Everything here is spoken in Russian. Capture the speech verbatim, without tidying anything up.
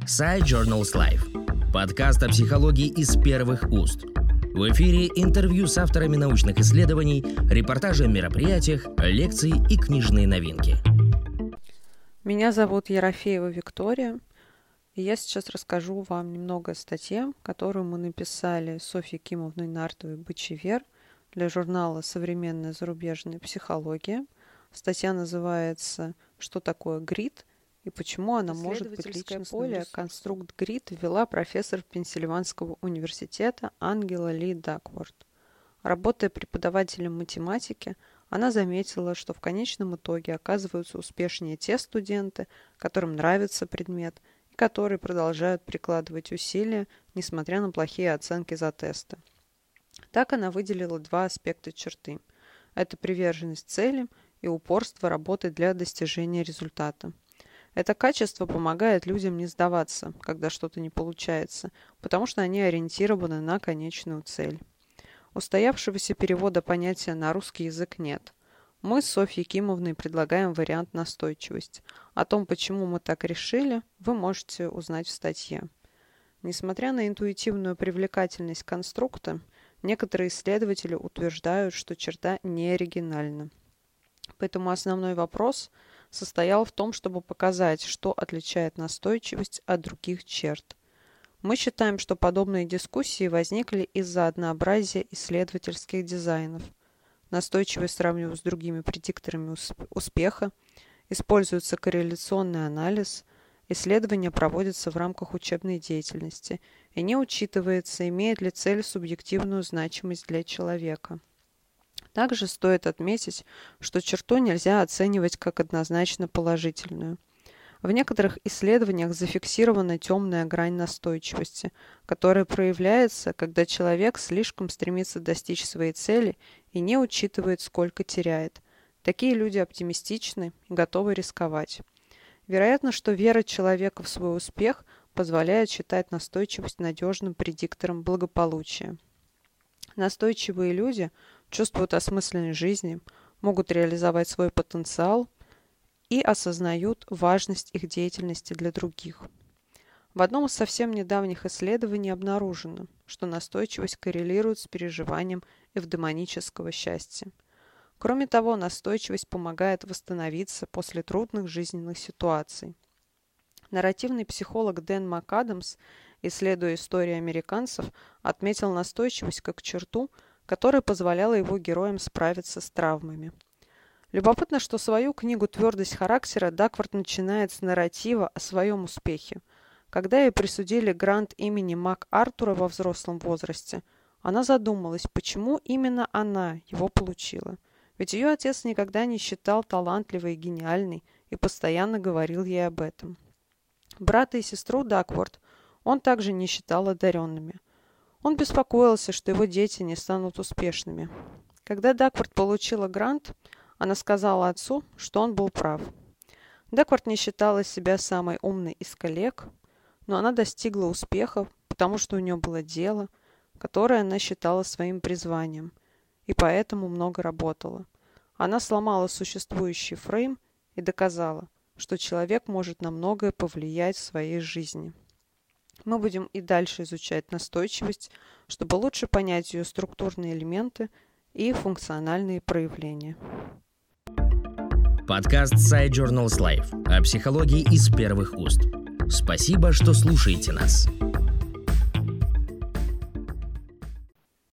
Side Journals Life. Подкаст о психологии из первых уст. В эфире интервью с авторами научных исследований, репортажи о мероприятиях, лекции и книжные новинки. Меня зовут Ерофеева Виктория, и я сейчас расскажу вам немного о статье, которую мы написали с Софьей Кимовной Нартовой-Бочевер для журнала «Современная зарубежная психология». Статья называется «Что такое грид и почему она может быть личностным поле. Конструкт грид» ввела профессор Пенсильванского университета Ангела Ли Дакворт. Работая преподавателем математики, она заметила, что в конечном итоге оказываются успешнее те студенты, которым нравится предмет и которые продолжают прикладывать усилия, несмотря на плохие оценки за тесты. Так она выделила два аспекта черты. Это приверженность целям и упорство работать для достижения результата. Это качество помогает людям не сдаваться, когда что-то не получается, потому что они ориентированы на конечную цель. Устоявшегося перевода понятия на русский язык нет. Мы с Софьей Кимовной предлагаем вариант настойчивость. О том, почему мы так решили, вы можете узнать в статье. Несмотря на интуитивную привлекательность конструкта, некоторые исследователи утверждают, что черта не оригинальна. Поэтому основной вопрос состоял в том, чтобы показать, что отличает настойчивость от других черт. Мы считаем, что подобные дискуссии возникли из-за однообразия исследовательских дизайнов. Настойчивость сравнивают с другими предикторами успеха, используется корреляционный анализ, исследования проводятся в рамках учебной деятельности и не учитывается, имеет ли цель субъективную значимость для человека. Также стоит отметить, что черту нельзя оценивать как однозначно положительную. В некоторых исследованиях зафиксирована темная грань настойчивости, которая проявляется, когда человек слишком стремится достичь своей цели и не учитывает, сколько теряет. Такие люди оптимистичны и готовы рисковать. Вероятно, что вера человека в свой успех позволяет считать настойчивость надежным предиктором благополучия. Настойчивые люди чувствуют осмысленность жизни, могут реализовать свой потенциал и осознают важность их деятельности для других. В одном из совсем недавних исследований обнаружено, что настойчивость коррелирует с переживанием эвдемонического счастья. Кроме того, настойчивость помогает восстановиться после трудных жизненных ситуаций. Нарративный психолог Дэн МакАдамс, исследуя историю американцев, отметил настойчивость как черту, которая позволяла его героям справиться с травмами. Любопытно, что свою книгу «Твердость характера» Дакворт начинает с нарратива о своем успехе. Когда ей присудили грант имени МакАртура во взрослом возрасте, она задумалась, почему именно она его получила. Ведь ее отец никогда не считал талантливой и гениальной и постоянно говорил ей об этом. Брата и сестру Дакворт он также не считал одаренными. Он беспокоился, что его дети не станут успешными. Когда Дакворт получила грант, она сказала отцу, что он был прав. Дакворт не считала себя самой умной из коллег, но она достигла успехов, потому что у нее было дело, которое она считала своим призванием, и поэтому много работала. Она сломала существующий фрейм и доказала, что человек может на многое повлиять в своей жизни. Мы будем и дальше изучать настойчивость, чтобы лучше понять ее структурные элементы и функциональные проявления. Подкаст Side Journals Life о психологии из первых уст. Спасибо, что слушаете нас.